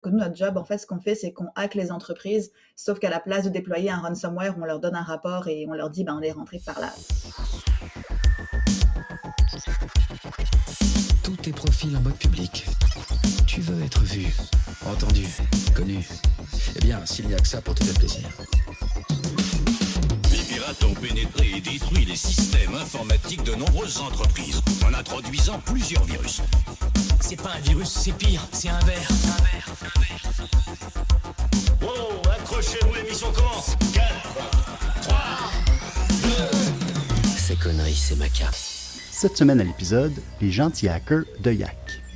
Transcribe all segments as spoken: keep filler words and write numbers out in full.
Que nous, notre job, en fait, ce qu'on fait, c'est qu'on hack les entreprises, sauf qu'à la place de déployer un ransomware, on leur donne un rapport et on leur dit ben, on est rentré par là. Tous tes profils en mode public. Tu veux être vu, entendu, connu. Eh bien, s'il n'y a que ça pour te faire plaisir. Les pirates ont pénétré et détruit les systèmes informatiques de nombreuses entreprises en introduisant plusieurs virus. C'est pas un virus, c'est pire, c'est un ver. Un ver, un ver. Wow, accrochez-vous, l'émission commence. quatre, trois, deux... Ces conneries, c'est ma cape. Cette semaine à l'épisode, les gentils hackers de Yak.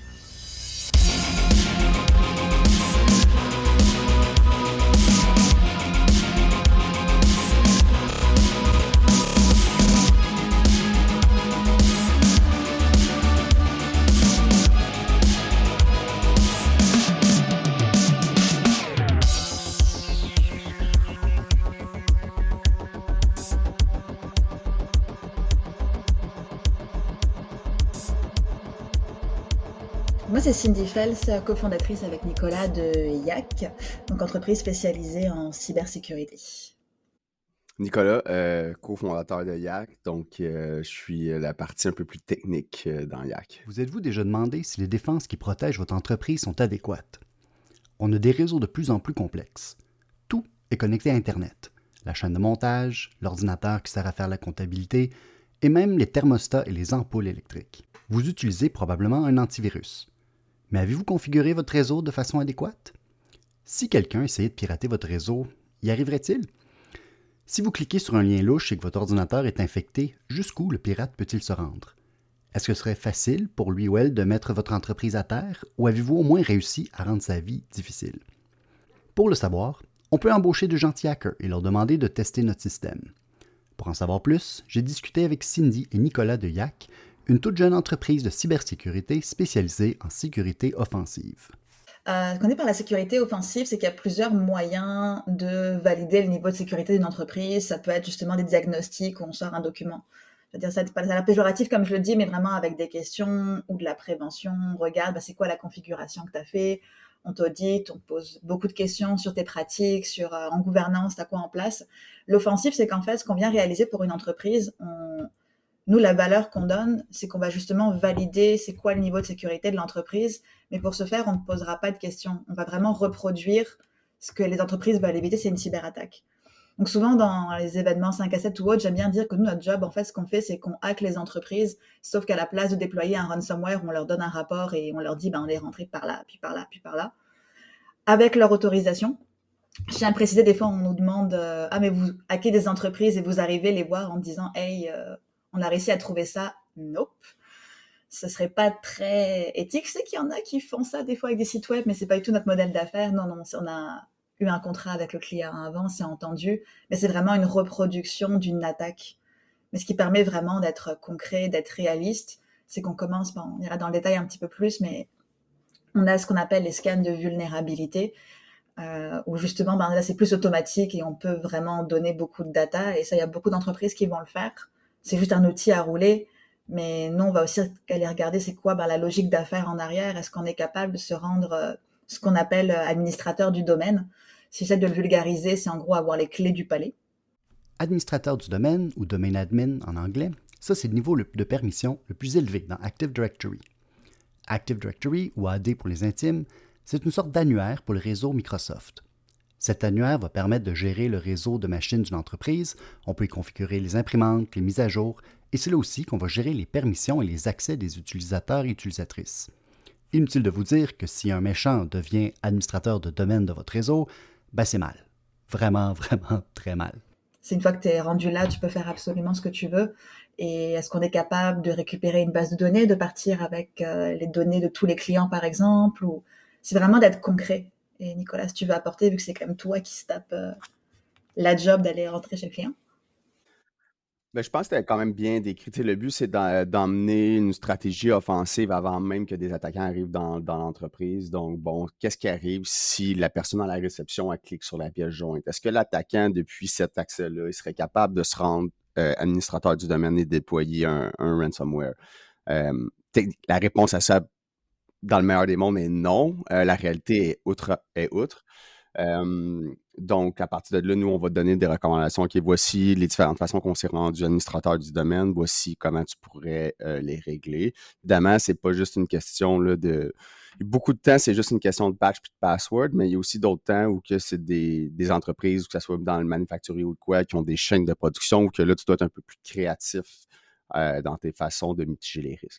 Moi, c'est Cindy Fels, cofondatrice avec Nicolas de Yak, donc entreprise spécialisée en cybersécurité. Nicolas, euh, cofondateur de Yak, donc euh, je suis la partie un peu plus technique euh, dans Yak. Vous êtes-vous déjà demandé si les défenses qui protègent votre entreprise sont adéquates? On a des réseaux de plus en plus complexes. Tout est connecté à Internet. La chaîne de montage, l'ordinateur qui sert à faire la comptabilité, et même les thermostats et les ampoules électriques. Vous utilisez probablement un antivirus. Mais avez-vous configuré votre réseau de façon adéquate? Si quelqu'un essayait de pirater votre réseau, y arriverait-il? Si vous cliquez sur un lien louche et que votre ordinateur est infecté, jusqu'où le pirate peut-il se rendre? Est-ce que ce serait facile pour lui ou elle de mettre votre entreprise à terre, ou avez-vous au moins réussi à rendre sa vie difficile? Pour le savoir, on peut embaucher de gentils hackers et leur demander de tester notre système. Pour en savoir plus, j'ai discuté avec Cindy et Nicolas de Yak, une toute jeune entreprise de cybersécurité spécialisée en sécurité offensive. Euh, ce qu'on dit par la sécurité offensive, c'est qu'il y a plusieurs moyens de valider le niveau de sécurité d'une entreprise. Ça peut être justement des diagnostics où on sort un document. Je veux dire, ça n'est pas la péjoratif comme je le dis, mais vraiment avec des questions ou de la prévention. On regarde, bah, c'est quoi la configuration que tu as fait. On t'audite, on te pose beaucoup de questions sur tes pratiques, sur euh, en gouvernance, tu as quoi en place. L'offensif, c'est qu'en fait, ce qu'on vient réaliser pour une entreprise, on... Nous, la valeur qu'on donne, c'est qu'on va justement valider c'est quoi le niveau de sécurité de l'entreprise. Mais pour ce faire, on ne posera pas de questions. On va vraiment reproduire ce que les entreprises veulent éviter, c'est une cyberattaque. Donc souvent, dans les événements cinq à sept ou autres, j'aime bien dire que nous, notre job, en fait, ce qu'on fait, c'est qu'on hack les entreprises, sauf qu'à la place de déployer un ransomware, on leur donne un rapport et on leur dit ben, on est rentré par là, puis par là, puis par là, avec leur autorisation. Je tiens à préciser, des fois, on nous demande euh, « Ah, mais vous hackez des entreprises et vous arrivez les voir en disant « Hey, euh, on a réussi à trouver ça. » Nope. Ce serait pas très éthique. Je sais qu'il y en a qui font ça des fois avec des sites web, mais c'est pas du tout notre modèle d'affaires. Non, non, on a eu un contrat avec le client avant, c'est entendu, mais c'est vraiment une reproduction d'une attaque. Mais ce qui permet vraiment d'être concret, d'être réaliste, c'est qu'on commence, bon, on ira dans le détail un petit peu plus, mais on a ce qu'on appelle les scans de vulnérabilité, euh, où justement, ben là, c'est plus automatique et on peut vraiment donner beaucoup de data, et ça, il y a beaucoup d'entreprises qui vont le faire. C'est juste un outil à rouler, mais nous, on va aussi aller regarder c'est quoi ben, la logique d'affaires en arrière. Est-ce qu'on est capable de se rendre euh, ce qu'on appelle euh, administrateur du domaine? Si j'essaie de le vulgariser, c'est en gros avoir les clés du palais. Administrateur du domaine, ou domain admin en anglais, ça c'est le niveau de permission le plus élevé dans Active Directory. Active Directory, ou A D pour les intimes, c'est une sorte d'annuaire pour le réseau Microsoft. Cet annuaire va permettre de gérer le réseau de machines d'une entreprise. On peut y configurer les imprimantes, les mises à jour, et c'est là aussi qu'on va gérer les permissions et les accès des utilisateurs et utilisatrices. Inutile de vous dire que si un méchant devient administrateur de domaine de votre réseau, ben c'est mal. Vraiment, vraiment très mal. C'est une fois que tu es rendu là, tu peux faire absolument ce que tu veux. Et est-ce qu'on est capable de récupérer une base de données, de partir avec euh, les données de tous les clients, par exemple, ou... C'est vraiment d'être concret. Et Nicolas, si tu veux apporter, vu que c'est quand même toi qui se tape euh, la job d'aller rentrer chez le client. Ben, je pense que tu as quand même bien décrit. Tu sais, le but, c'est d'en- d'emmener une stratégie offensive avant même que des attaquants arrivent dans, dans l'entreprise. Donc, bon, qu'est-ce qui arrive si la personne à la réception elle clique sur la pièce jointe? Est-ce que l'attaquant, depuis cet accès-là, il serait capable de se rendre euh, administrateur du domaine et déployer un, un ransomware? Euh, la réponse à ça, dans le meilleur des mondes, mais non. Euh, la réalité est outre. Est outre. Euh, donc, à partir de là, nous, on va te donner des recommandations. OK, voici les différentes façons qu'on s'est rendu administrateur du domaine. Voici comment tu pourrais euh, les régler. Évidemment, c'est pas juste une question là, de... Beaucoup de temps, c'est juste une question de patch puis de password, mais il y a aussi d'autres temps où que c'est des, des entreprises, que ce soit dans le manufacturier ou de quoi, qui ont des chaînes de production, où que là, tu dois être un peu plus créatif euh, dans tes façons de mitiger les risques.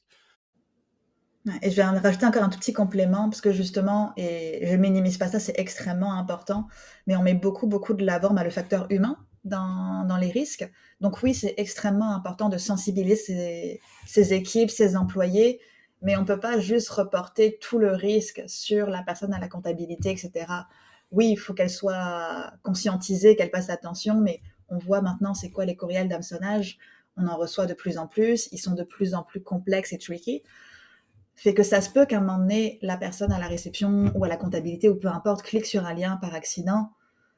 Et je vais en rajouter encore un tout petit complément, parce que justement, et je minimise pas ça, c'est extrêmement important, mais on met beaucoup, beaucoup de l'avant bah, le facteur humain dans, dans les risques. Donc oui, c'est extrêmement important de sensibiliser ces, ces équipes, ces employés, mais on peut pas juste reporter tout le risque sur la personne à la comptabilité, et cetera. Oui, il faut qu'elle soit conscientisée, qu'elle fasse attention, mais on voit maintenant c'est quoi les courriels d'hameçonnage. On en reçoit de plus en plus, ils sont de plus en plus complexes et tricky. Fait que ça se peut qu'à un moment donné, la personne à la réception ou à la comptabilité ou peu importe clique sur un lien par accident.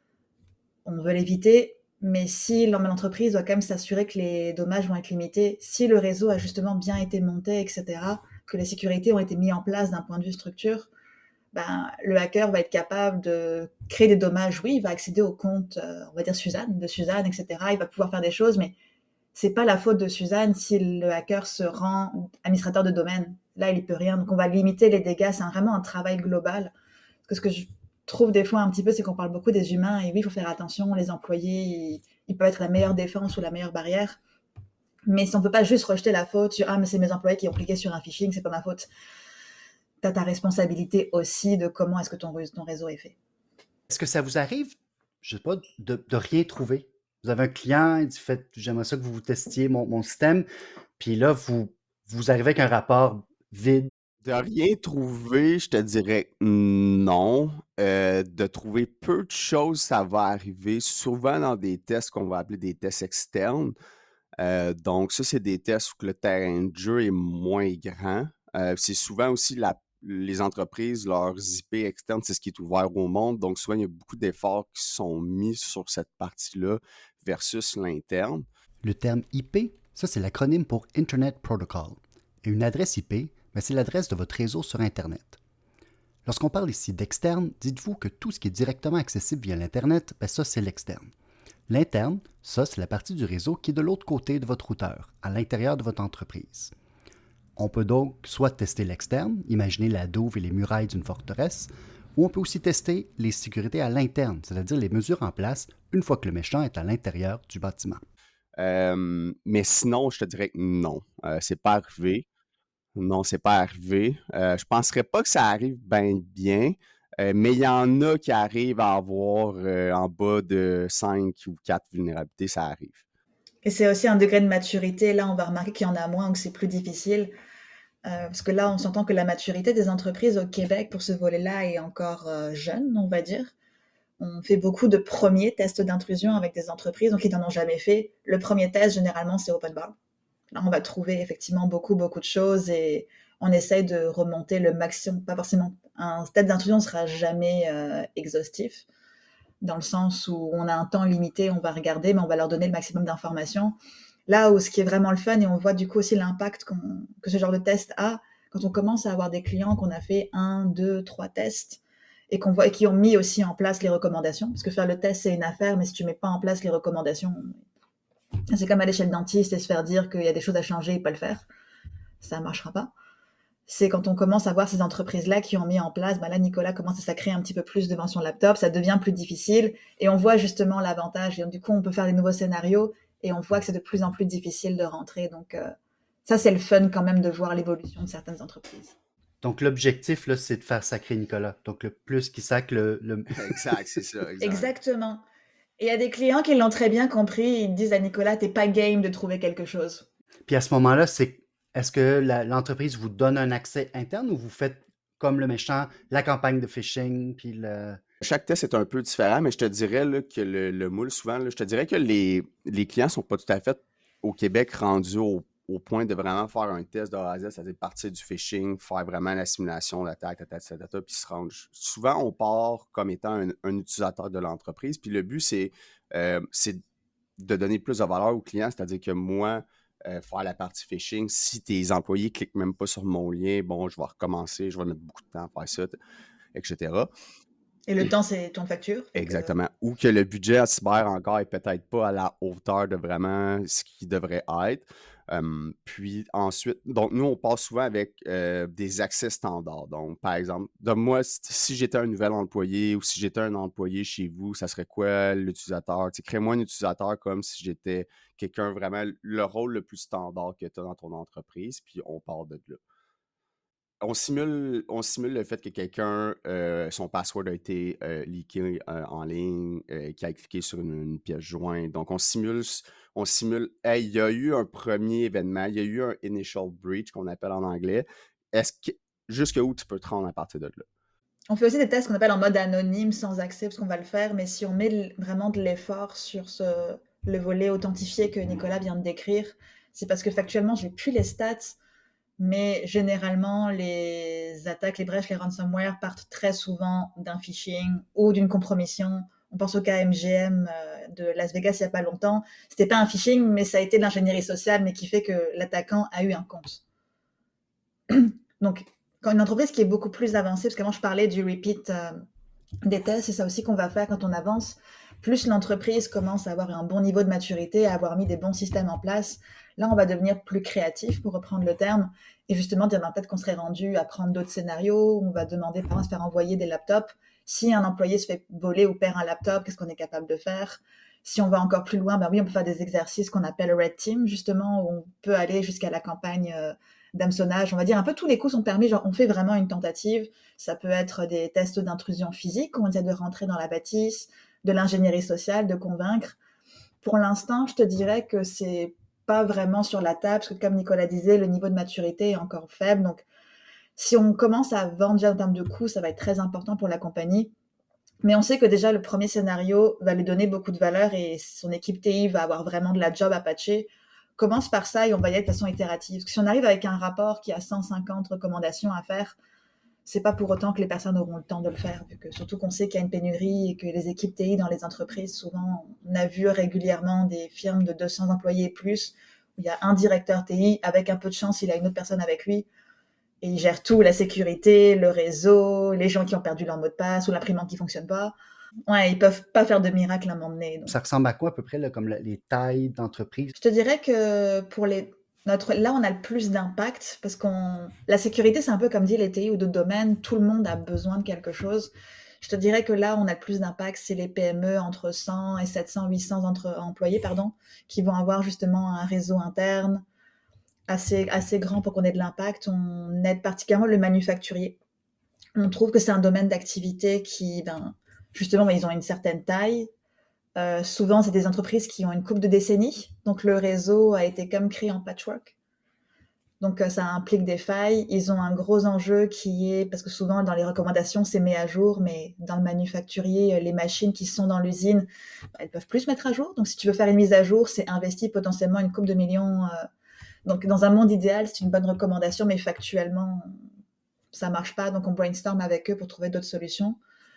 On veut l'éviter, mais si l'entreprise doit quand même s'assurer que les dommages vont être limités, si le réseau a justement bien été monté, et cetera, que les sécurités ont été mises en place d'un point de vue structure, ben, le hacker va être capable de créer des dommages. Oui, il va accéder au compte, euh, on va dire Suzanne, de Suzanne, et cetera. Il va pouvoir faire des choses, mais c'est pas la faute de Suzanne si le hacker se rend administrateur de domaine. Là, il n'y peut rien. Donc, on va limiter les dégâts. C'est vraiment un travail global. Parce que ce que je trouve des fois un petit peu, c'est qu'on parle beaucoup des humains. Et oui, il faut faire attention. Les employés, ils, ils peuvent être la meilleure défense ou la meilleure barrière. Mais si on ne peut pas juste rejeter la faute sur « Ah, mais c'est mes employés qui ont cliqué sur un phishing, c'est pas ma faute ». Tu as ta responsabilité aussi de comment est-ce que ton, ton réseau est fait. Est-ce que ça vous arrive, je sais pas, de, de rien trouver? Vous avez un client, il dit « J'aimerais ça que vous testiez mon, mon système », puis là, vous, vous arrivez avec un rapport vide. De rien trouver, je te dirais non. Euh, de trouver peu de choses, ça va arriver souvent dans des tests qu'on va appeler des tests externes. Euh, donc, ça, c'est des tests où le terrain de jeu est moins grand. Euh, c'est souvent aussi la, les entreprises, leurs I P externes, c'est ce qui est ouvert au monde. Donc, souvent, il y a beaucoup d'efforts qui sont mis sur cette partie-là versus l'interne. Le terme I P, ça, c'est l'acronyme pour Internet Protocol. Et une adresse I P, ben, c'est l'adresse de votre réseau sur Internet. Lorsqu'on parle ici d'externe, dites-vous que tout ce qui est directement accessible via l'Internet, ben, ça, c'est l'externe. L'interne, ça, c'est la partie du réseau qui est de l'autre côté de votre routeur, à l'intérieur de votre entreprise. On peut donc soit tester l'externe, imaginer la douve et les murailles d'une forteresse, ou on peut aussi tester les sécurités à l'interne, c'est-à-dire les mesures en place une fois que le méchant est à l'intérieur du bâtiment. Euh, mais sinon, je te dirais que non, euh, c'est pas arrivé. Non, c'est pas arrivé. Euh, je penserais pas que ça arrive bien bien, euh, mais il y en a qui arrivent à avoir euh, en bas de cinq ou quatre vulnérabilités, ça arrive. Et c'est aussi un degré de maturité. Là, on va remarquer qu'il y en a moins ou que c'est plus difficile. Euh, parce que là, on s'entend que la maturité des entreprises au Québec pour ce volet-là est encore euh, jeune, on va dire. On fait beaucoup de premiers tests d'intrusion avec des entreprises, donc ils n'en ont jamais fait. Le premier test, généralement, c'est open bar. Là, on va trouver effectivement beaucoup, beaucoup de choses et on essaye de remonter le maximum. Pas forcément. Un test d'intrusion ne sera jamais euh, exhaustif, dans le sens où on a un temps limité, on va regarder, mais on va leur donner le maximum d'informations. Là où ce qui est vraiment le fun, et on voit du coup aussi l'impact qu'on, que ce genre de test a, quand on commence à avoir des clients qu'on a fait un, deux, trois tests, et qu'on voit et qui ont mis aussi en place les recommandations, parce que faire le test, c'est une affaire, mais si tu mets pas en place les recommandations, c'est comme aller chez le dentiste et se faire dire qu'il y a des choses à changer et pas le faire. Ça marchera pas. C'est quand on commence à voir ces entreprises-là qui ont mis en place, ben là, Nicolas commence à s'accréer un petit peu plus devant son laptop, ça devient plus difficile, et on voit justement l'avantage, et du coup, on peut faire des nouveaux scénarios, et on voit que c'est de plus en plus difficile de rentrer. Donc, euh, ça, c'est le fun quand même de voir l'évolution de certaines entreprises. Donc, l'objectif, là, c'est de faire sacrer Nicolas. Donc, le plus qui sacre, le... le... Exact, c'est ça. Exact. Exactement. Et il y a des clients qui l'ont très bien compris. Ils disent à Nicolas, t'es pas game de trouver quelque chose. Puis à ce moment-là, c'est est-ce que la, l'entreprise vous donne un accès interne ou vous faites, comme le méchant, la campagne de phishing, puis le... Chaque test est un peu différent, mais je te dirais là, que le, le moule, souvent, là, je te dirais que les, les clients ne sont pas tout à fait au Québec rendus au, au point de vraiment faire un test de A à Z, c'est-à-dire partir du phishing, faire vraiment la simulation d'attaque, tata, tata, tata, puis se rendre. Souvent, on part comme étant un, un utilisateur de l'entreprise, puis le but, c'est, euh, c'est de donner plus de valeur aux clients, c'est-à-dire que moi, euh, faire la partie phishing. Si tes employés cliquent même pas sur mon lien, bon, je vais recommencer, je vais mettre beaucoup de temps à faire ça, et cetera. Et le temps, c'est ton facture. donc, euh, Exactement. Ou que le budget en cyber encore est peut-être pas à la hauteur de vraiment ce qu'il devrait être. Euh, puis ensuite, donc nous, on passe souvent avec euh, des accès standards. Donc, par exemple, de moi, si, si j'étais un nouvel employé ou si j'étais un employé chez vous, ça serait quoi l'utilisateur? Tu sais, crée-moi un utilisateur comme si j'étais quelqu'un vraiment, le rôle le plus standard que tu as dans ton entreprise, puis on part de là. On simule, on simule le fait que quelqu'un, euh, son password a été euh, leaké euh, en ligne, euh, qui a cliqué sur une, une pièce jointe. Donc, on simule, on simule, hey, il y a eu un premier événement, il y a eu un initial breach qu'on appelle en anglais. Est-ce que, jusqu'où tu peux te rendre à partir de là? On fait aussi des tests qu'on appelle en mode anonyme, sans accès, parce qu'on va le faire, mais si on met l- vraiment de l'effort sur ce, le volet authentifié que Nicolas vient de décrire, c'est parce que factuellement, je n'ai plus les stats, mais généralement, les attaques, les brèches, les ransomware partent très souvent d'un phishing ou d'une compromission. On pense au cas M G M euh, de Las Vegas il n'y a pas longtemps. C'était pas un phishing, mais ça a été de l'ingénierie sociale, mais qui fait que l'attaquant a eu un compte. Donc, quand une entreprise qui est beaucoup plus avancée, parce que moi je parlais du repeat euh, des tests, c'est ça aussi qu'on va faire quand on avance. Plus l'entreprise commence à avoir un bon niveau de maturité, à avoir mis des bons systèmes en place, là on va devenir plus créatif, pour reprendre le terme, et justement dire ben, peut-être qu'on serait rendu à prendre d'autres scénarios, on va demander par exemple se faire envoyer des laptops. Si un employé se fait voler ou perd un laptop, qu'est-ce qu'on est capable de faire? Si on va encore plus loin, ben oui, on peut faire des exercices qu'on appelle Red Team, justement, où on peut aller jusqu'à la campagne euh, d'hameçonnage. On va dire un peu tous les coups sont permis, genre on fait vraiment une tentative. Ça peut être des tests d'intrusion physique, on essaie de rentrer dans la bâtisse, de l'ingénierie sociale, de convaincre. Pour l'instant, je te dirais que c'est pas vraiment sur la table, parce que comme Nicolas disait, le niveau de maturité est encore faible. Donc, si on commence à vendre déjà en termes de coûts, ça va être très important pour la compagnie. Mais on sait que déjà, le premier scénario va lui donner beaucoup de valeur et son équipe T I va avoir vraiment de la job à patcher. Commence par ça et on va y aller de façon itérative. Parce que si on arrive avec un rapport qui a cent cinquante recommandations à faire, c'est pas pour autant que les personnes auront le temps de le faire, vu que, surtout qu'on sait qu'il y a une pénurie et que les équipes T I dans les entreprises, souvent, on a vu régulièrement des firmes de deux cents employés et plus, où il y a un directeur T I, avec un peu de chance, il a une autre personne avec lui, et il gère tout, la sécurité, le réseau, les gens qui ont perdu leur mot de passe ou l'imprimante qui fonctionne pas. Ouais, ils peuvent pas faire de miracle à un moment donné. Donc. Ça ressemble à quoi à peu près, là, comme la- les tailles d'entreprise? Je te dirais que pour les notre là on a le plus d'impact parce qu'on la sécurité c'est un peu comme dit les T I ou d'autres domaines, tout le monde a besoin de quelque chose. Je te dirais que là on a le plus d'impact, c'est les P M E entre cent et sept cents, huit cents entre employés pardon, qui vont avoir justement un réseau interne assez assez grand pour qu'on ait de l'impact. On aide particulièrement le manufacturier. On trouve que c'est un domaine d'activité qui ben justement ben, ils ont une certaine taille. Euh, souvent, c'est des entreprises qui ont une couple de décennies, donc le réseau a été comme créé en patchwork. Donc euh, ça implique des failles. Ils ont un gros enjeu qui est, parce que souvent dans les recommandations, c'est mis à jour, mais dans le manufacturier, les machines qui sont dans l'usine, bah, elles peuvent plus se mettre à jour. Donc si tu veux faire une mise à jour, c'est investi potentiellement une couple de millions. Euh... Donc dans un monde idéal, c'est une bonne recommandation, mais factuellement, ça marche pas. Donc on brainstorm avec eux pour trouver d'autres solutions.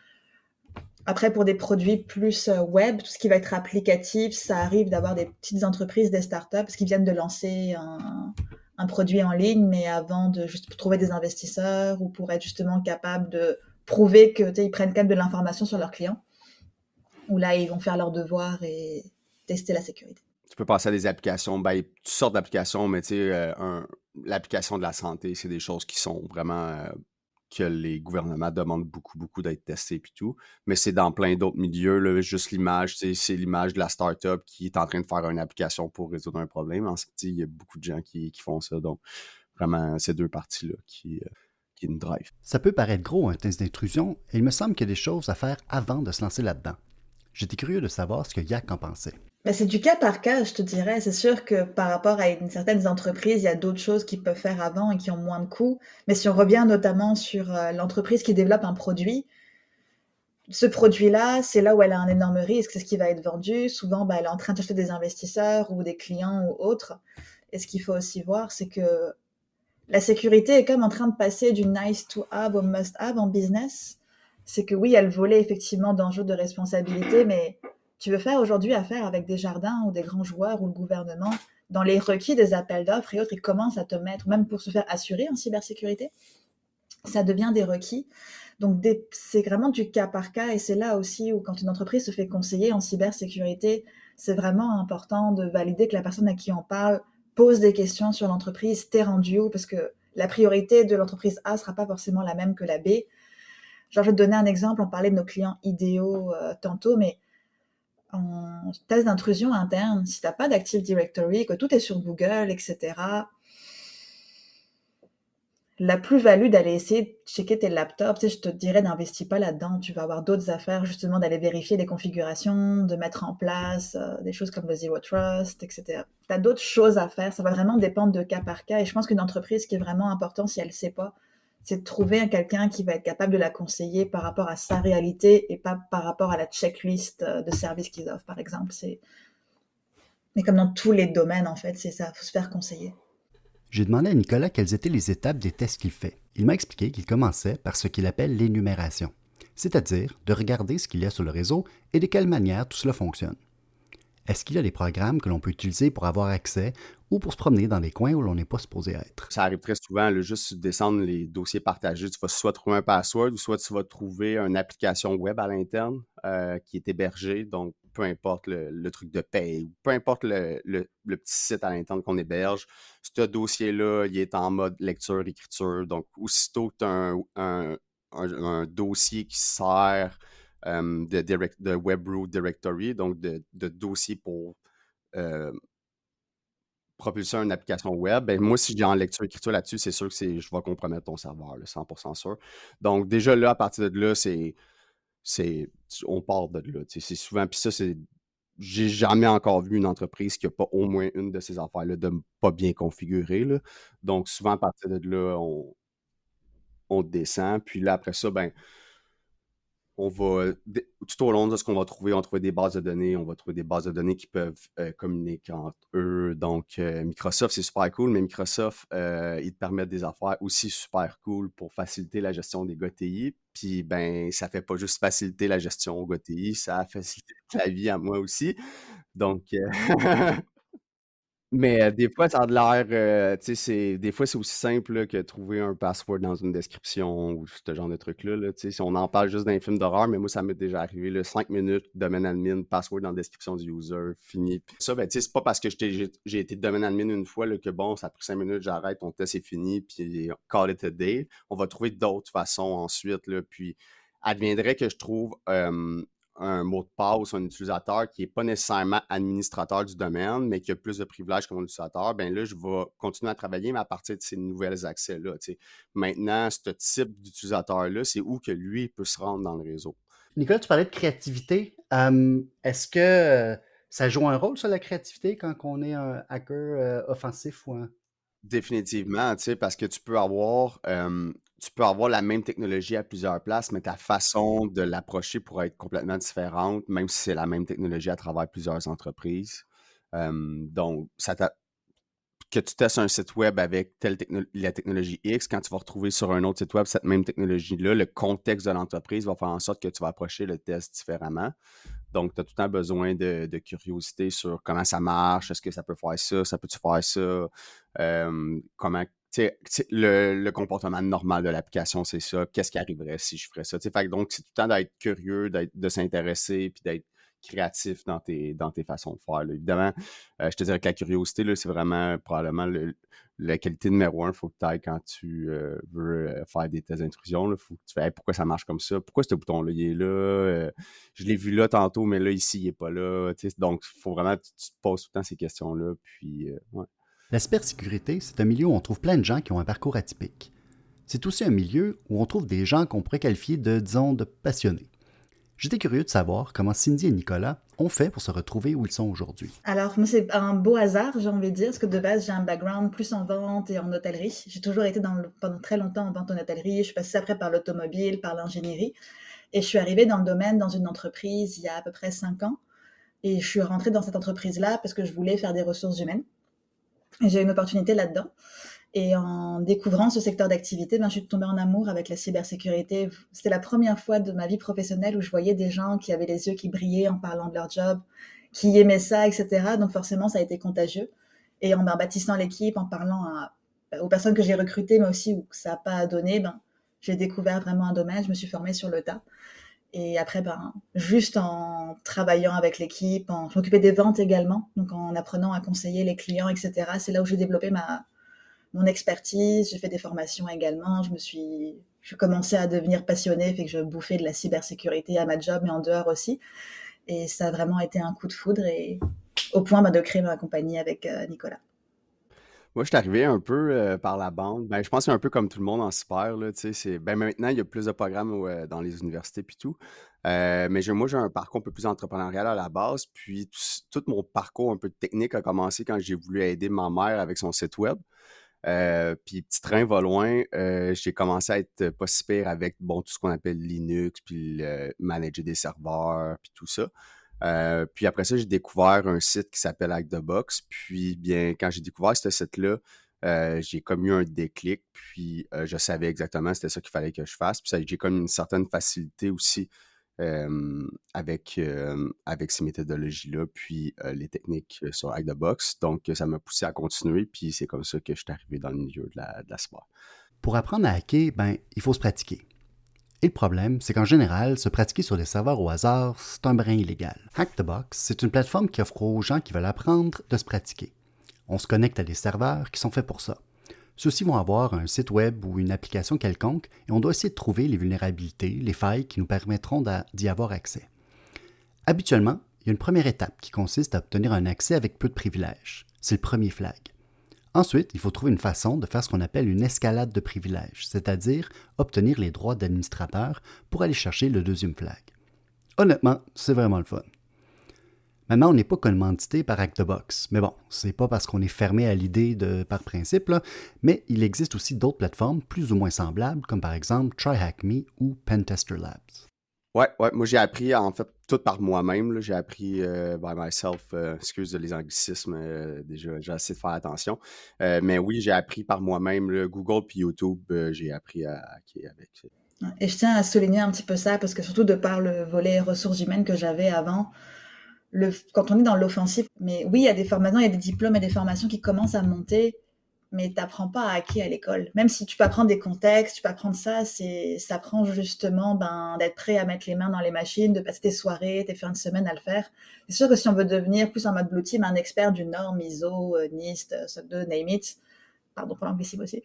Après, pour des produits plus web, tout ce qui va être applicatif, ça arrive d'avoir des petites entreprises, des startups, qui viennent de lancer un, un produit en ligne, mais avant de juste trouver des investisseurs ou pour être justement capable de prouver qu'ils prennent quand même de l'information sur leurs clients, où là, ils vont faire leurs devoirs et tester la sécurité. Tu peux passer à des applications, ben, toutes sortes d'applications, mais tu sais, euh, un, l'application de la santé, c'est des choses qui sont vraiment... Euh, que les gouvernements demandent beaucoup, beaucoup d'être testés et tout. Mais c'est dans plein d'autres milieux, là, juste l'image, c'est, c'est l'image de la start-up qui est en train de faire une application pour résoudre un problème. En fait, il y a beaucoup de gens qui, qui font ça. Donc, vraiment, ces deux parties-là qui, euh, qui nous drive. Ça peut paraître gros, un test d'intrusion, et il me semble qu'il y a des choses à faire avant de se lancer là-dedans. J'étais curieux de savoir ce que Yak en pensait. Ben, c'est du cas par cas, je te dirais. C'est sûr que par rapport à une certaines entreprises, il y a d'autres choses qu'ils peuvent faire avant et qui ont moins de coûts. Mais si on revient notamment sur euh, l'entreprise qui développe un produit, ce produit-là, c'est là où elle a un énorme risque. C'est ce qui va être vendu. Souvent, ben, elle est en train d'acheter des investisseurs ou des clients ou autres. Et ce qu'il faut aussi voir, c'est que la sécurité est comme en train de passer du nice to have au must have en business. C'est que oui, il y a le volet effectivement d'enjeux de responsabilité, mais tu veux faire aujourd'hui affaire avec des jardins ou des grands joueurs ou le gouvernement, dans les requis des appels d'offres et autres, ils commencent à te mettre, même pour se faire assurer en cybersécurité, ça devient des requis. Donc, des, c'est vraiment du cas par cas et c'est là aussi où quand une entreprise se fait conseiller en cybersécurité, c'est vraiment important de valider que la personne à qui on parle pose des questions sur l'entreprise, t'es rendu où? Parce que la priorité de l'entreprise A ne sera pas forcément la même que la B. Genre, je vais te donner un exemple, on parlait de nos clients idéaux euh, tantôt, mais en test d'intrusion interne, si tu n'as pas d'Active Directory, que tout est sur Google, et cetera, la plus-value d'aller essayer de checker tes laptops, tu sais, je te dirais d'investir pas là-dedans. Tu vas avoir d'autres affaires, justement, d'aller vérifier les configurations, de mettre en place euh, des choses comme le Zero Trust, et cetera. Tu as d'autres choses à faire. Ça va vraiment dépendre de cas par cas. Et je pense qu'une entreprise, ce qui est vraiment important, si elle ne sait pas, c'est de trouver quelqu'un qui va être capable de la conseiller par rapport à sa réalité et pas par rapport à la checklist de services qu'ils offrent, par exemple. C'est... Mais comme dans tous les domaines, en fait, c'est ça, il faut se faire conseiller. J'ai demandé à Nicolas quelles étaient les étapes des tests qu'il fait. Il m'a expliqué qu'il commençait par ce qu'il appelle l'énumération, c'est-à-dire de regarder ce qu'il y a sur le réseau et de quelle manière tout cela fonctionne. Est-ce qu'il y a des programmes que l'on peut utiliser pour avoir accès ou pour se promener dans des coins où l'on n'est pas supposé être? Ça arrive très souvent, là, juste descendre les dossiers partagés. Tu vas soit trouver un password ou soit tu vas trouver une application web à l'interne euh, qui est hébergée. Donc, peu importe le, le truc de paye ou peu importe le, le, le petit site à l'interne qu'on héberge, ce dossier-là, il est en mode lecture-écriture. Donc, aussitôt que tu as un, un, un, un dossier qui sert Um, de, direct, de Web Root Directory, donc de, de dossier pour euh, propulser une application web, ben moi, si j'ai en lecture-écriture là-dessus, c'est sûr que c'est, je vais compromettre ton serveur, là, cent pour cent sûr. Donc, déjà là, à partir de là, c'est, c'est on part de là. C'est souvent, puis ça, c'est j'ai jamais encore vu une entreprise qui n'a pas au moins une de ces affaires-là de pas bien configurée. Là. Donc, souvent, à partir de là, on, on descend. Puis là, après ça, ben on va, tout au long de ce qu'on va trouver, on va trouver des bases de données, on va trouver des bases de données qui peuvent euh, communiquer entre eux. Donc, euh, Microsoft, c'est super cool, mais Microsoft, euh, ils te permettent des affaires aussi super cool pour faciliter la gestion des G T I. Puis, ben, ça fait pas juste faciliter la gestion au G T I, ça a facilité la vie à moi aussi. Donc, euh, Mais euh, des fois, ça a de l'air, euh, tu sais, c'est, des fois, c'est aussi simple là, que trouver un password dans une description ou ce genre de truc-là. Là, tu sais, si on en parle juste d'un film d'horreur, mais moi, ça m'est déjà arrivé, là, cinq minutes, domaine admin, password dans la description du user, fini. Puis ça, ben, tu sais, c'est pas parce que j'étais- j'ai j'ai été domaine admin une fois là, que bon, ça a pris cinq minutes, j'arrête, ton test est fini, puis call it a day. On va trouver d'autres façons ensuite, là, puis adviendrait que je trouve euh, un mot de passe, un utilisateur qui n'est pas nécessairement administrateur du domaine, mais qui a plus de privilèges que mon utilisateur, bien là, je vais continuer à travailler, mais à partir de ces nouvelles accès-là. Tu sais. Maintenant, ce type d'utilisateur-là, c'est où que lui peut se rendre dans le réseau. Nicolas, tu parlais de créativité. Euh, est-ce que euh, ça joue un rôle sur la créativité quand on est un hacker euh, offensif ou un... Définitivement, tu sais, parce que tu peux avoir euh, tu peux avoir la même technologie à plusieurs places, mais ta façon de l'approcher pourrait être complètement différente, même si c'est la même technologie à travers plusieurs entreprises. Euh, donc, ça t'a- que tu testes un site web avec telle techno- la technologie X, quand tu vas retrouver sur un autre site web cette même technologie-là, le contexte de l'entreprise va faire en sorte que tu vas approcher le test différemment. Donc, tu as tout le temps besoin de, de curiosité sur comment ça marche, est-ce que ça peut faire ça, ça peut-tu faire ça, euh, comment, tu sais, tu sais, le, le comportement normal de l'application, c'est ça, qu'est-ce qui arriverait si je ferais ça. Tu sais, fait que donc, c'est tout le temps d'être curieux, d'être, de s'intéresser, puis d'être créatif dans tes, dans tes façons de faire. Là. Évidemment, euh, je te dirais que la curiosité, là, c'est vraiment probablement le, la qualité numéro un. Il faut que tu ailles quand tu euh, veux euh, faire des tests d'intrusion. Il faut que tu fasses hey, pourquoi ça marche comme ça? Pourquoi ce bouton-là, il est là? Euh, je l'ai vu là tantôt, mais là, ici, il n'est pas là. Tu sais, donc, il faut vraiment que tu te poses tout le temps ces questions-là. Puis, euh, ouais. La cybersécurité, c'est un milieu où on trouve plein de gens qui ont un parcours atypique. C'est aussi un milieu où on trouve des gens qu'on pourrait qualifier de, disons, de passionnés. J'étais curieux de savoir comment Cindy et Nicolas ont fait pour se retrouver où ils sont aujourd'hui. Alors, moi, c'est un beau hasard, j'ai envie de dire, parce que de base, j'ai un background plus en vente et en hôtellerie. J'ai toujours été dans le, pendant très longtemps en vente en hôtellerie. Je suis passée après par l'automobile, par l'ingénierie. Et je suis arrivée dans le domaine, dans une entreprise, il y a à peu près cinq ans. Et je suis rentrée dans cette entreprise-là parce que je voulais faire des ressources humaines. Et j'ai eu une opportunité là-dedans. Et en découvrant ce secteur d'activité, ben, je suis tombée en amour avec la cybersécurité. C'était la première fois de ma vie professionnelle où je voyais des gens qui avaient les yeux qui brillaient en parlant de leur job, qui aimaient ça, et cetera. Donc forcément, ça a été contagieux. Et en ben, bâtissant l'équipe, en parlant à, aux personnes que j'ai recrutées, mais aussi où ça n'a pas donné, ben, j'ai découvert vraiment un domaine, je me suis formée sur le tas. Et après, ben, juste en travaillant avec l'équipe, en, je m'occupais des ventes également, donc en apprenant à conseiller les clients, et cetera. C'est là où j'ai développé ma, mon expertise, j'ai fait des formations également, je me suis, je commençais à devenir passionnée, fait que je bouffais de la cybersécurité à ma job, mais en dehors aussi. Et ça a vraiment été un coup de foudre, et au point ben, de créer ma compagnie avec euh, Nicolas. Moi, je suis arrivé un peu euh, par la bande. Ben, je pense que c'est un peu comme tout le monde en cyber, là, tu sais, c'est... Ben, maintenant, il y a plus de programmes ouais, dans les universités puis tout. Euh, mais j'ai- moi, j'ai un parcours un peu plus entrepreneurial à la base. Puis tout, tout mon parcours un peu technique a commencé quand j'ai voulu aider ma mère avec son site web. Euh, puis petit train va loin, euh, j'ai commencé à être pas si pire avec bon, tout ce qu'on appelle Linux, puis le- manager des serveurs, puis tout ça. Euh, puis après ça, j'ai découvert un site qui s'appelle Hack the Box. Puis bien, quand j'ai découvert ce site-là, euh, j'ai comme eu un déclic, puis euh, je savais exactement c'était ça qu'il fallait que je fasse. Puis ça, j'ai comme une certaine facilité aussi euh, avec, euh, avec ces méthodologies-là, puis euh, les techniques euh, sur Hack the Box. Donc, ça m'a poussé à continuer, puis c'est comme ça que je suis arrivé dans le milieu de la, de la cyber. Pour apprendre à hacker, ben, il faut se pratiquer. Et le problème, c'est qu'en général, se pratiquer sur des serveurs au hasard, c'est un brin illégal. Hack the Box, c'est une plateforme qui offre aux gens qui veulent apprendre de se pratiquer. On se connecte à des serveurs qui sont faits pour ça. Ceux-ci vont avoir un site web ou une application quelconque et on doit essayer de trouver les vulnérabilités, les failles qui nous permettront d'y avoir accès. Habituellement, il y a une première étape qui consiste à obtenir un accès avec peu de privilèges. C'est le premier flag. Ensuite, il faut trouver une façon de faire ce qu'on appelle une escalade de privilèges, c'est-à-dire obtenir les droits d'administrateur pour aller chercher le deuxième flag. Honnêtement, c'est vraiment le fun. Maintenant, on n'est pas commandité par Hack the Box, mais bon, c'est pas parce qu'on est fermé à l'idée de par principe, là, mais il existe aussi d'autres plateformes plus ou moins semblables, comme par exemple TryHackMe ou Pentester Labs. Ouais, ouais, moi j'ai appris en fait tout par moi-même. Là. J'ai appris euh, by myself, euh, excuse les anglicismes, euh, déjà, j'ai essayé de faire attention. Euh, mais oui, j'ai appris par moi-même. Là, Google puis YouTube, euh, j'ai appris à hacker avec. Et je tiens à souligner un petit peu ça, parce que surtout de par le volet ressources humaines que j'avais avant, le, quand on est dans l'offensif, mais oui, il y a des formations, il y a des diplômes et des formations qui commencent à monter, mais tu n'apprends pas à hacker à l'école. Même si tu peux apprendre des contextes, tu peux apprendre ça, c'est, ça prend justement ben, d'être prêt à mettre les mains dans les machines, de passer tes soirées, tes fins de semaine à le faire. C'est sûr que si on veut devenir plus en mode blue team, un expert du norme, I S O, euh, NIST, S O C deux, name it, pardon pour l'anglicisme aussi,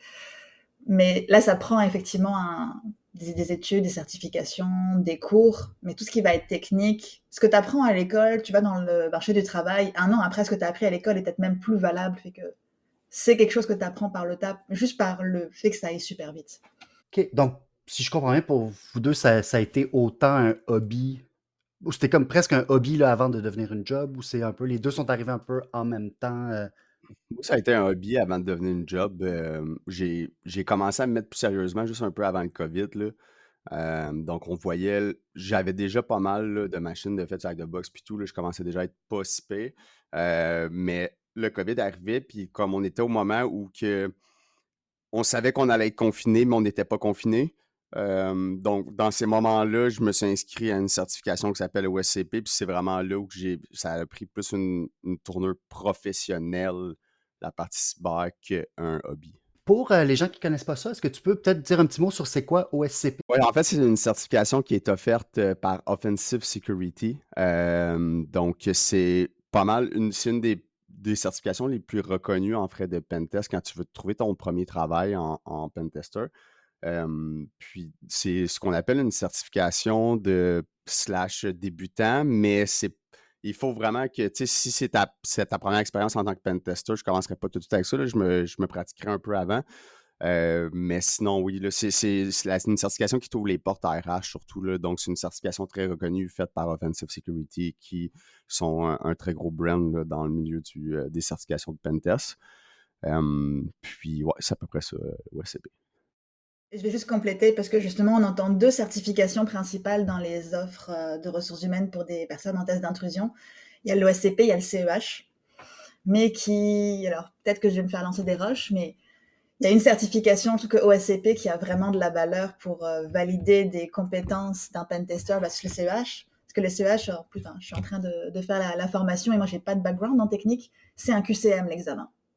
mais là, ça prend effectivement un, des, des études, des certifications, des cours, mais tout ce qui va être technique, ce que tu apprends à l'école, tu vas dans le marché du travail, un an après, ce que tu as appris à l'école est peut-être même plus valable, fait que c'est quelque chose que tu apprends par le tas, juste par le fait que ça aille super vite. OK, donc, si je comprends bien, pour vous deux, ça, ça a été autant un hobby, ou c'était comme presque un hobby là, avant de devenir une job, ou c'est un peu, les deux sont arrivés un peu en même temps? euh, Moi, ça a été un hobby avant de devenir une job. Euh, j'ai, j'ai commencé à me mettre plus sérieusement juste un peu avant le COVID. Là. Euh, donc, on voyait, j'avais déjà pas mal là, de machines de fait sur Hack the Box puis tout. Là, je commençais déjà à être pas si pire. Euh, mais le COVID arrivait, puis comme on était au moment où que, on savait qu'on allait être confiné, mais on n'était pas confiné. Euh, donc, dans ces moments-là, je me suis inscrit à une certification qui s'appelle O S C P, puis c'est vraiment là où j'ai, ça a pris plus une, une tournure professionnelle, la partie cyber, qu'un hobby. Pour euh, les gens qui ne connaissent pas ça, est-ce que tu peux peut-être dire un petit mot sur c'est quoi O S C P? Oui, en fait, c'est une certification qui est offerte euh, par Offensive Security. Euh, donc, c'est pas mal, une, c'est une des, des certifications les plus reconnues en frais de pentest quand tu veux trouver ton premier travail en, en pentester. Euh, puis, c'est ce qu'on appelle une certification de slash débutant, mais c'est il faut vraiment que, tu sais, si c'est ta, c'est ta première expérience en tant que pentester, je ne commencerai pas tout de suite avec ça, là, je, me, je me pratiquerai un peu avant. Euh, mais sinon, oui, là, c'est, c'est, c'est, la, c'est une certification qui t'ouvre les portes à R H surtout. Là, donc, c'est une certification très reconnue faite par Offensive Security qui sont un, un très gros brand là, dans le milieu du, euh, des certifications de pentest. Euh, puis, ouais, c'est à peu près ça, euh, O S C P. Et je vais juste compléter parce que justement, on entend deux certifications principales dans les offres euh, de ressources humaines pour des personnes en test d'intrusion. Il y a l'O S C P, il y a le C E H, mais qui, alors peut-être que je vais me faire lancer des roches, mais il y a une certification, en tout cas O S C P, qui a vraiment de la valeur pour euh, valider des compétences d'un pentester versus le C E H. Parce que le C E H, alors, plus, enfin, je suis en train de, de faire la, la formation et moi, je n'ai pas de background en technique, c'est un Q C M l'examen.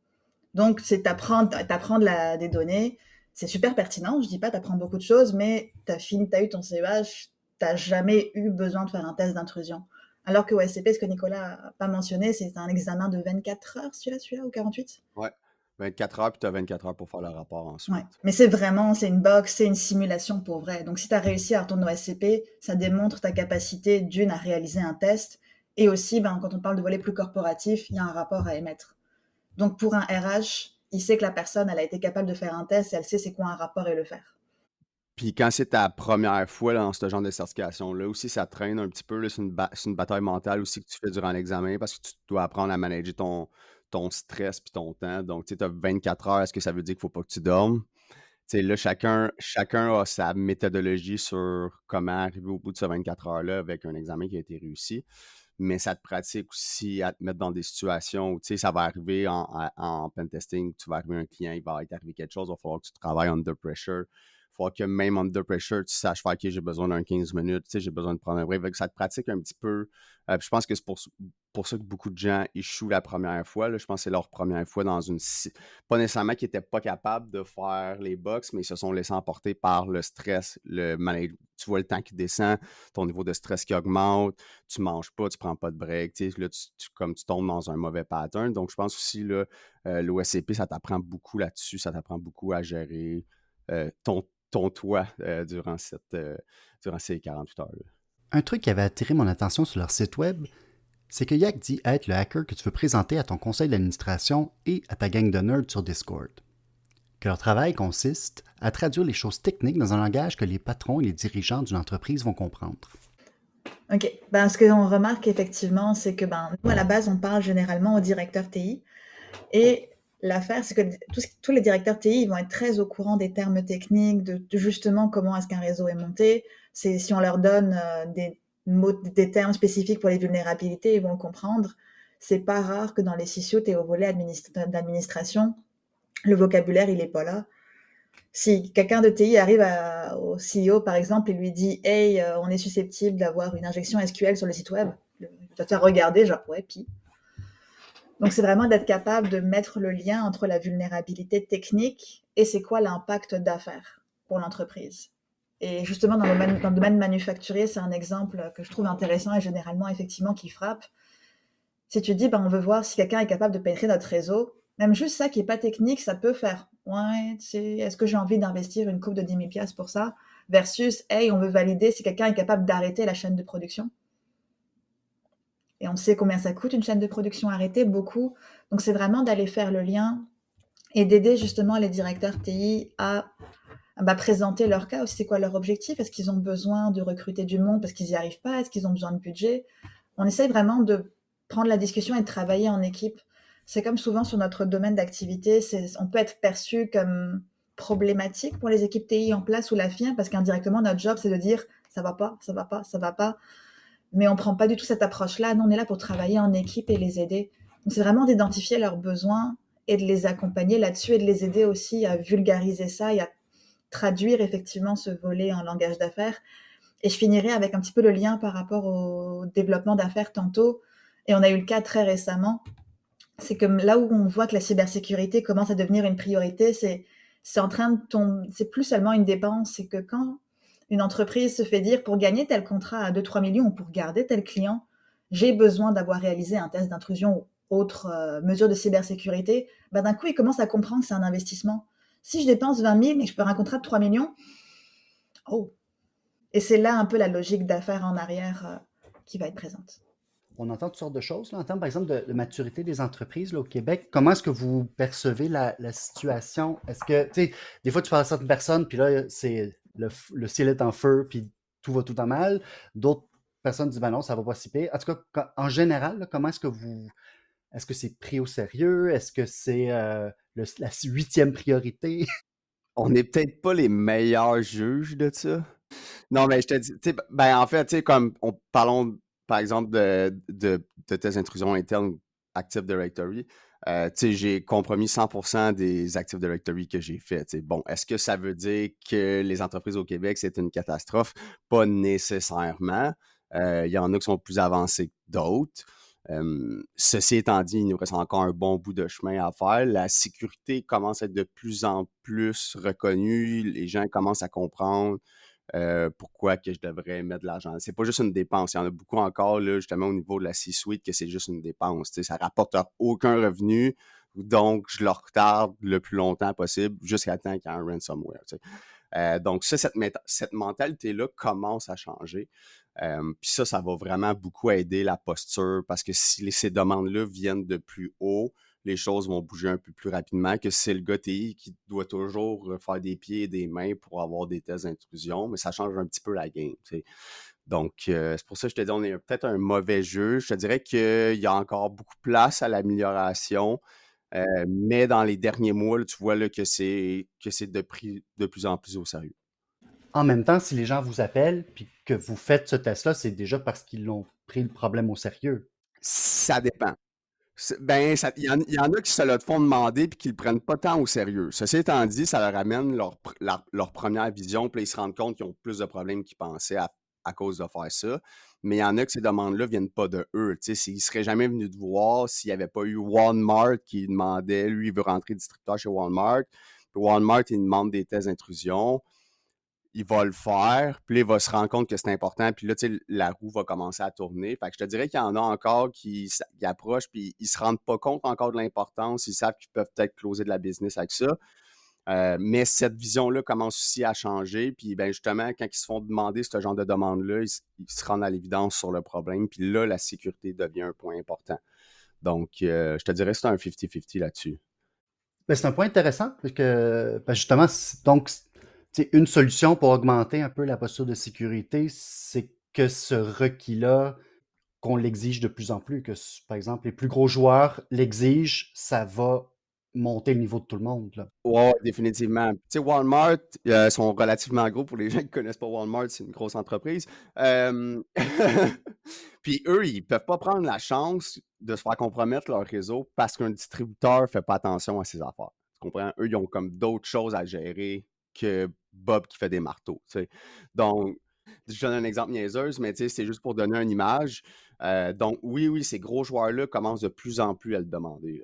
Donc, c'est t'apprendre, t'apprendre la, des données. C'est super pertinent, je dis pas, t'apprends beaucoup de choses, mais t'as fini, t'as eu ton C E H, t'as jamais eu besoin de faire un test d'intrusion. Alors que O S C P, ce que Nicolas n'a pas mentionné, c'est un examen de vingt-quatre heures, celui-là, celui-là, ou quarante-huit? Ouais, vingt-quatre heures, puis tu as vingt-quatre heures pour faire le rapport ensuite. Ouais. Mais c'est vraiment, c'est une box, c'est une simulation pour vrai. Donc, si tu as réussi à avoir ton O S C P, ça démontre ta capacité, d'une, à réaliser un test, et aussi, ben, quand on parle de volet plus corporatif, il y a un rapport à émettre. Donc, pour un R H, il sait que la personne, elle a été capable de faire un test, et elle sait c'est quoi un rapport et le faire. Puis quand c'est ta première fois là, dans ce genre de certification-là, aussi, ça traîne un petit peu. là, C'est une, ba- c'est une bataille mentale aussi que tu fais durant l'examen parce que tu dois apprendre à manager ton, ton stress puis ton temps. Donc, tu sais, as vingt-quatre heures, est-ce que ça veut dire qu'il ne faut pas que tu dormes? Tu sais, là, chacun, chacun a sa méthodologie sur comment arriver au bout de ces vingt-quatre heures-là avec un examen qui a été réussi. Mais ça te pratique aussi à te mettre dans des situations où, tu sais, ça va arriver en, en, en pen testing, tu vas arriver un client, il va t'arriver quelque chose, il va falloir que tu travailles under pressure. Il faut que même under pressure, tu saches faire, OK, j'ai besoin d'un quinze minutes, tu sais, j'ai besoin de prendre un break. Fait que ça te pratique un petit peu. Euh, puis je pense que c'est pour, pour ça que beaucoup de gens échouent la première fois. Là. Je pense que c'est leur première fois dans une... Pas nécessairement qu'ils n'étaient pas capables de faire les box, mais ils se sont laissés emporter par le stress. Le manage... Tu vois le temps qui descend, ton niveau de stress qui augmente, tu manges pas, tu prends pas de break. Tu sais, là, tu, tu- comme tu tombes dans un mauvais pattern. Donc, je pense aussi, là, euh, l'O S C P, ça t'apprend beaucoup là-dessus. Ça t'apprend beaucoup à gérer euh, ton ton toit euh, durant, cette, euh, durant ces quarante-huit heures-là. Un truc qui avait attiré mon attention sur leur site web, c'est que Yak dit être le hacker que tu veux présenter à ton conseil d'administration et à ta gang de nerds sur Discord. Que leur travail consiste à traduire les choses techniques dans un langage que les patrons et les dirigeants d'une entreprise vont comprendre. OK. Ben, ce qu'on remarque effectivement, c'est que ben, nous, à la base, on parle généralement au directeur T I. Et l'affaire, c'est que tous, tous les directeurs T I ils vont être très au courant des termes techniques, de, de justement comment est-ce qu'un réseau est monté. C'est, si on leur donne euh, des, mots, des termes spécifiques pour les vulnérabilités, ils vont le comprendre. C'est pas rare que dans les C I S O, tu es au volet administ- d'administration, le vocabulaire, il n'est pas là. Si quelqu'un de T I arrive à, au C E O, par exemple, et lui dit « Hey, euh, on est susceptible d'avoir une injection S Q L sur le site web », il va te faire regarder, genre « Ouais, puis ». Donc, c'est vraiment d'être capable de mettre le lien entre la vulnérabilité technique et c'est quoi l'impact d'affaires pour l'entreprise. Et justement, dans le, domaine, dans le domaine manufacturier, c'est un exemple que je trouve intéressant et généralement, effectivement, qui frappe. Si tu dis, ben, on veut voir si quelqu'un est capable de pénétrer notre réseau, même juste ça qui n'est pas technique, ça peut faire. Ouais, tu sais, est-ce que j'ai envie d'investir une coupe de dix mille dollars pour ça? Versus, hey, on veut valider si quelqu'un est capable d'arrêter la chaîne de production. Et on sait combien ça coûte une chaîne de production arrêtée, beaucoup. Donc, c'est vraiment d'aller faire le lien et d'aider justement les directeurs T I à bah, présenter leur cas aussi. C'est quoi leur objectif? Est-ce qu'ils ont besoin de recruter du monde parce qu'ils n'y arrivent pas? Est-ce qu'ils ont besoin de budget? On essaye vraiment de prendre la discussion et de travailler en équipe. C'est comme souvent sur notre domaine d'activité, c'est, on peut être perçu comme problématique pour les équipes T I en place ou la F I A parce qu'indirectement, notre job, c'est de dire ça va pas, ça va pas, ça va pas. Mais on ne prend pas du tout cette approche-là. Nous, on est là pour travailler en équipe et les aider. Donc, c'est vraiment d'identifier leurs besoins et de les accompagner là-dessus et de les aider aussi à vulgariser ça et à traduire effectivement ce volet en langage d'affaires. Et je finirai avec un petit peu le lien par rapport au développement d'affaires tantôt. Et on a eu le cas très récemment. C'est que là où on voit que la cybersécurité commence à devenir une priorité, c'est, c'est en train de tomber, c'est plus seulement une dépense, c'est que quand une entreprise se fait dire pour gagner tel contrat à deux à trois millions ou pour garder tel client, j'ai besoin d'avoir réalisé un test d'intrusion ou autre euh, mesure de cybersécurité, ben d'un coup, ils commencent à comprendre que c'est un investissement. Si je dépense vingt mille mais que je peux faire un contrat de trois millions, oh. Et c'est là un peu la logique d'affaires en arrière euh, qui va être présente. On entend toutes sortes de choses, là, en termes, par exemple, de, de maturité des entreprises là, au Québec. Comment est-ce que vous percevez la, la situation? Est-ce que, tu sais, des fois, tu parles à certaines personnes, puis là, c'est le, le ciel est en feu, puis tout va tout en mal. D'autres personnes disent, ben non, ça va pas si pire. En tout cas, quand- en général, là, comment est-ce que vous... Est-ce que c'est pris au sérieux? Est-ce que c'est euh, le- la huitième priorité? On n'est peut-être pas les meilleurs juges de ça. Non, mais je te dis, tu sais, ben en fait, tu sais, comme on, parlons par exemple de, de, de tes intrusions internes Active Directory, euh, tu sais, j'ai compromis cent pour cent des Active Directory que j'ai fait. Tu sais. Bon, est-ce que ça veut dire que les entreprises au Québec, c'est une catastrophe? Pas nécessairement. Euh, Il y en a qui sont plus avancés que d'autres. Euh, ceci étant dit, il nous reste encore un bon bout de chemin à faire. La sécurité commence à être de plus en plus reconnue. Les gens commencent à comprendre euh, pourquoi que je devrais mettre de l'argent. C'est pas juste une dépense. Il y en a beaucoup encore, là, justement, au niveau de la C-suite, que c'est juste une dépense. T'sais, ça rapporte aucun revenu, donc je le retarde le plus longtemps possible jusqu'à temps qu'il y ait un ransomware. t'sais. Euh, donc ça, cette, méta- cette mentalité-là commence à changer. Euh, Puis ça, ça va vraiment beaucoup aider la posture parce que si les- ces demandes-là viennent de plus haut, les choses vont bouger un peu plus rapidement que si c'est le gars T I qui doit toujours faire des pieds et des mains pour avoir des tests d'intrusion, mais ça change un petit peu la game. T'sais. Donc, euh, c'est pour ça que je te dis, on est peut-être un mauvais jeu. Je te dirais qu'il y a encore beaucoup de place à l'amélioration. Euh, mais dans les derniers mois, là, tu vois là, que c'est que c'est de, pri- de plus en plus au sérieux. En même temps, si les gens vous appellent puis que vous faites ce test-là, c'est déjà parce qu'ils l'ont pris le problème au sérieux. Ça dépend. C'est- Ben, ça- il y, en il y en a qui se le font demander puis qui le prennent pas tant au sérieux. Ceci étant dit, ça leur amène leur, pr- leur, leur première vision, puis là, ils se rendent compte qu'ils ont plus de problèmes qu'ils pensaient à, à cause de faire ça. Mais il y en a que ces demandes-là viennent pas de eux. Tu sais, ils seraient jamais venus te voir s'il n'y avait pas eu Walmart qui demandait, lui, il veut rentrer distributeur chez Walmart. Puis Walmart, il demande des tests d'intrusion. Il va le faire, puis là, il va se rendre compte que c'est important, puis là, tu sais, la roue va commencer à tourner. Fait que je te dirais qu'il y en a encore qui, s- qui approchent, puis ils se rendent pas compte encore de l'importance, ils savent qu'ils peuvent peut-être closer de la business avec ça. Euh, mais cette vision-là commence aussi à changer, puis ben justement, quand ils se font demander ce genre de demande-là, ils, s- ils se rendent à l'évidence sur le problème, puis là, la sécurité devient un point important. Donc, euh, je te dirais que c'est un cinquante cinquante là-dessus. Ben, c'est un point intéressant parce que ben, justement, c'est- donc, c'est une solution pour augmenter un peu la posture de sécurité, c'est que ce requis-là, qu'on l'exige de plus en plus, que s- par exemple, les plus gros joueurs l'exigent, ça va monter le niveau de tout le monde, là. Ouais, définitivement. Tu sais, Walmart, euh, sont relativement gros pour les gens qui connaissent pas Walmart, c'est une grosse entreprise. Euh, Puis eux, ils peuvent pas prendre la chance de se faire compromettre leur réseau parce qu'un distributeur fait pas attention à ses affaires. Tu comprends? Eux, ils ont comme d'autres choses à gérer que Bob qui fait des marteaux, tu sais. Donc, je donne un exemple niaiseuse, mais tu sais, c'est juste pour donner une image. Euh, donc, oui, oui, ces gros joueurs-là commencent de plus en plus à le demander. là.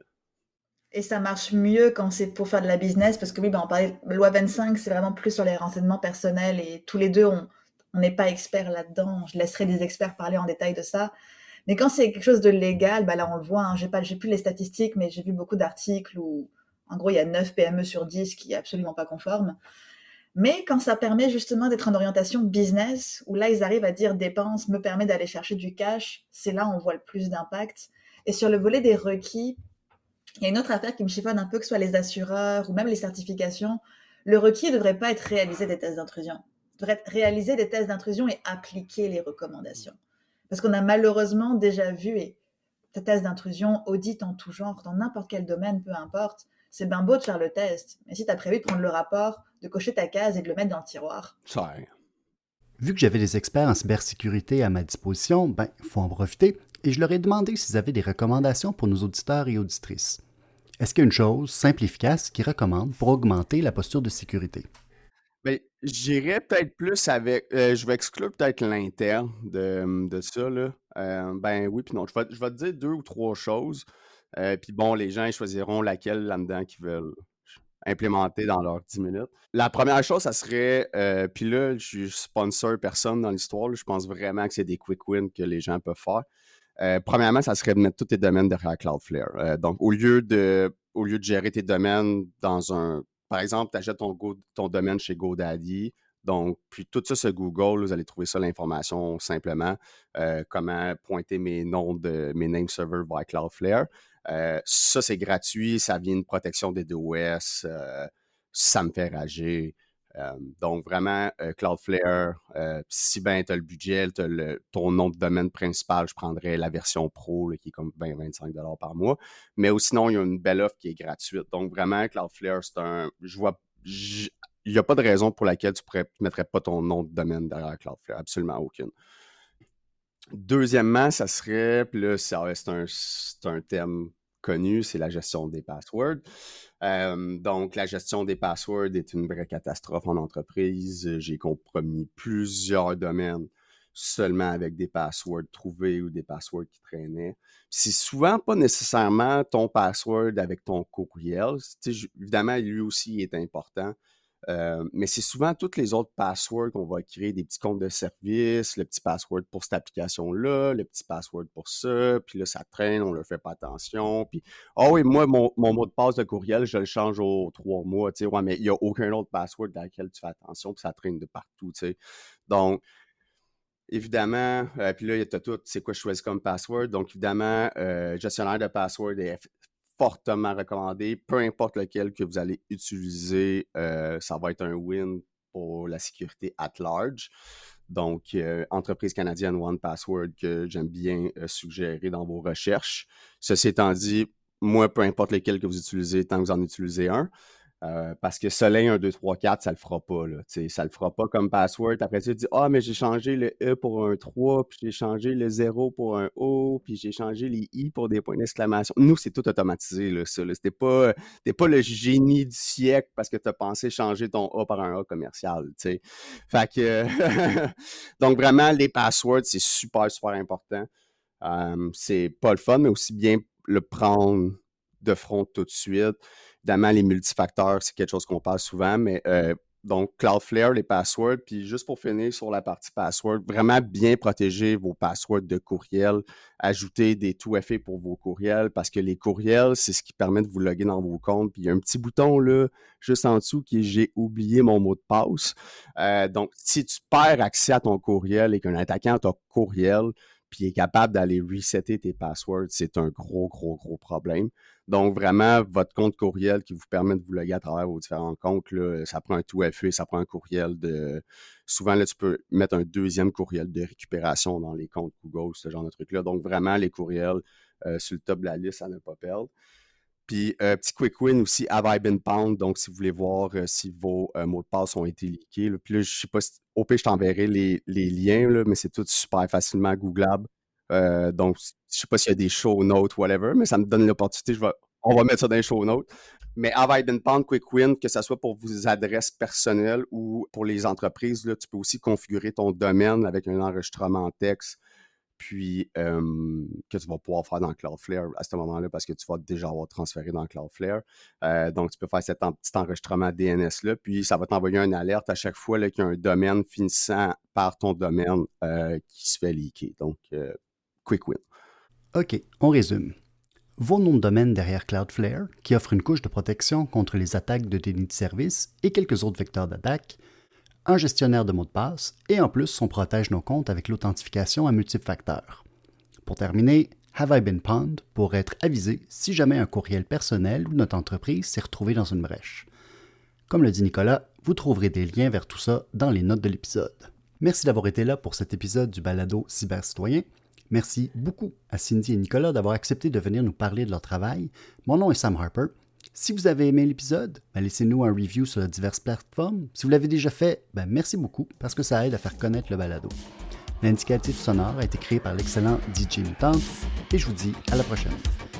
Et ça marche mieux quand c'est pour faire de la business, parce que oui, ben, on parlait, loi vingt-cinq, c'est vraiment plus sur les renseignements personnels, et tous les deux, on on n'est pas experts là-dedans. Je laisserai des experts parler en détail de ça. Mais quand c'est quelque chose de légal, bah là, on le voit, hein, j'ai pas, j'ai plus les statistiques, mais j'ai vu beaucoup d'articles où, en gros, il y a neuf P M E sur dix qui est absolument pas conforme. Mais quand ça permet justement d'être en orientation business, où là, ils arrivent à dire dépenses me permet d'aller chercher du cash, c'est là où on voit le plus d'impact. Et sur le volet des requis, il y a une autre affaire qui me chiffonne un peu, que ce soit les assureurs ou même les certifications. Le requis ne devrait pas être réaliser des tests d'intrusion. Il devrait être réaliser des tests d'intrusion et appliquer les recommandations. Parce qu'on a malheureusement déjà vu, et tes tests d'intrusion, audit en tout genre, dans n'importe quel domaine, peu importe, c'est bien beau de faire le test, mais si tu as prévu de prendre le rapport, de cocher ta case et de le mettre dans le tiroir. Ça sert à rien. Vu que j'avais des experts en cybersécurité à ma disposition, ben, il faut en profiter, et je leur ai demandé s'ils avaient des recommandations pour nos auditeurs et auditrices. Est-ce qu'il y a une chose simple et efficace qu'ils recommandent pour augmenter la posture de sécurité? Ben, j'irais peut-être plus avec. Euh, je vais exclure peut-être l'interne de, de ça, là. Euh, ben oui, puis non. Je vais, je vais te dire deux ou trois choses. Euh, puis bon, les gens ils choisiront laquelle là-dedans qu'ils veulent implémenter dans leurs dix minutes. La première chose, ça serait. Euh, puis là, je sponsor personne dans l'histoire. là. Je pense vraiment que c'est des quick wins que les gens peuvent faire. Euh, premièrement, ça serait de mettre tous tes domaines derrière Cloudflare. Euh, donc, au lieu de, au lieu de gérer tes domaines dans un. Par exemple, tu achètes ton, Go- ton domaine chez GoDaddy. Donc, puis tout ça sur Google, là, vous allez trouver ça l'information simplement. Euh, comment pointer mes noms de mes name servers vers Cloudflare. Euh, ça, c'est gratuit. Ça vient de protection des DOS. Euh, ça me fait rager. Euh, donc, vraiment, euh, Cloudflare, euh, si ben tu as le budget, tu as ton nom de domaine principal, je prendrais la version pro là, qui est comme ben vingt-cinq dollars par mois. Mais ou sinon, il y a une belle offre qui est gratuite. Donc, vraiment, Cloudflare, c'est un. Je vois. j- Il n'y a pas de raison pour laquelle tu ne mettrais pas ton nom de domaine derrière Cloudflare. Absolument aucune. Deuxièmement, ça serait, puis là, ça, c'est un, c'est un thème connu, c'est la gestion des passwords. Euh, donc, la gestion des passwords est une vraie catastrophe en entreprise. J'ai compromis plusieurs domaines seulement avec des passwords trouvés ou des passwords qui traînaient. C'est souvent pas nécessairement ton password avec ton courriel. Tu sais, évidemment, lui aussi est important. Euh, mais c'est souvent tous les autres passwords qu'on va créer, des petits comptes de service, le petit password pour cette application-là, le petit password pour ça, puis là, ça traîne, on ne leur fait pas attention, puis « Ah oui, moi, mon, mon mot de passe de courriel, je le change aux trois mois, tu sais, ouais, mais il n'y a aucun autre password dans lequel tu fais attention, puis ça traîne de partout, tu sais. » Donc, évidemment, euh, puis là, tu as tout, c'est quoi je choisis comme password, donc évidemment, euh, gestionnaire de password est fortement recommandé, peu importe lequel que vous allez utiliser, euh, ça va être un win pour la sécurité at large. Donc, euh, entreprise canadienne one password que j'aime bien euh, suggérer dans vos recherches. Ceci étant dit, moi, peu importe lequel que vous utilisez, tant que vous en utilisez un, Euh, parce que Soleil un, deux, trois, quatre, ça le fera pas. Là, ça le fera pas comme password. Après ça, tu dis « Ah, mais j'ai changé le E pour un trois, puis j'ai changé le zéro pour un O, puis j'ai changé les I pour des points d'exclamation. » Nous, c'est tout automatisé, là, ça. Là. C'était pas, t'es pas le génie du siècle parce que tu as pensé changer ton A par un A commercial. T'sais. Fait que donc vraiment, les passwords, c'est super, super important. Euh, c'est pas le fun, mais aussi bien le prendre de front tout de suite. Évidemment, les multifacteurs, c'est quelque chose qu'on parle souvent, mais euh, donc Cloudflare, les passwords, puis juste pour finir sur la partie password, vraiment bien protéger vos passwords de courriel, ajouter des two F A pour vos courriels, parce que les courriels, c'est ce qui permet de vous loguer dans vos comptes, puis il y a un petit bouton là, juste en dessous qui est « J'ai oublié mon mot de passe ». Euh, donc, si tu perds accès à ton courriel et qu'un attaquant a ton courriel, puis est capable d'aller resetter tes passwords, c'est un gros, gros, gros problème. Donc, vraiment, votre compte courriel qui vous permet de vous loguer à travers vos différents comptes, là, ça prend un two F A, ça prend un courriel de... Souvent, là, tu peux mettre un deuxième courriel de récupération dans les comptes Google, ce genre de truc-là. Donc, vraiment, les courriels euh, sur le top de la liste à ne pas perdre. Puis, euh, petit quick win aussi, have I been pwned? Donc, si vous voulez voir euh, si vos euh, mots de passe ont été leakés. Là. Puis là, je sais pas si... Au pire, je t'enverrai les, les liens, là, mais c'est tout super facilement googlable. Euh, donc, je sais pas s'il y a des show notes, whatever, mais ça me donne l'opportunité. Je vais, on va mettre ça dans les show notes. Mais have I been pwned, quick win, que ce soit pour vos adresses personnelles ou pour les entreprises, là, tu peux aussi configurer ton domaine avec un enregistrement en texte. Puis, euh, que tu vas pouvoir faire dans Cloudflare à ce moment-là parce que tu vas déjà avoir transféré dans Cloudflare. Euh, donc, tu peux faire cet en, petit enregistrement D N S-là, puis ça va t'envoyer une alerte à chaque fois là, qu'il y a un domaine finissant par ton domaine euh, qui se fait leaker. Donc, euh, quick win. OK, on résume. Vos noms de domaine derrière Cloudflare, qui offre une couche de protection contre les attaques de déni de service et quelques autres vecteurs d'attaque, un gestionnaire de mots de passe, et en plus, on protège nos comptes avec l'authentification à multiples facteurs. Pour terminer, Have I been pwned pour être avisé si jamais un courriel personnel ou notre entreprise s'est retrouvé dans une brèche. Comme le dit Nicolas, vous trouverez des liens vers tout ça dans les notes de l'épisode. Merci d'avoir été là pour cet épisode du balado Cybercitoyen. Merci beaucoup à Cindy et Nicolas d'avoir accepté de venir nous parler de leur travail. Mon nom est Sam Harper. Si vous avez aimé l'épisode, ben laissez-nous un review sur les diverses plateformes. Si vous l'avez déjà fait, ben merci beaucoup parce que ça aide à faire connaître le balado. L'indicatif sonore a été créé par l'excellent D J Mutant et je vous dis à la prochaine.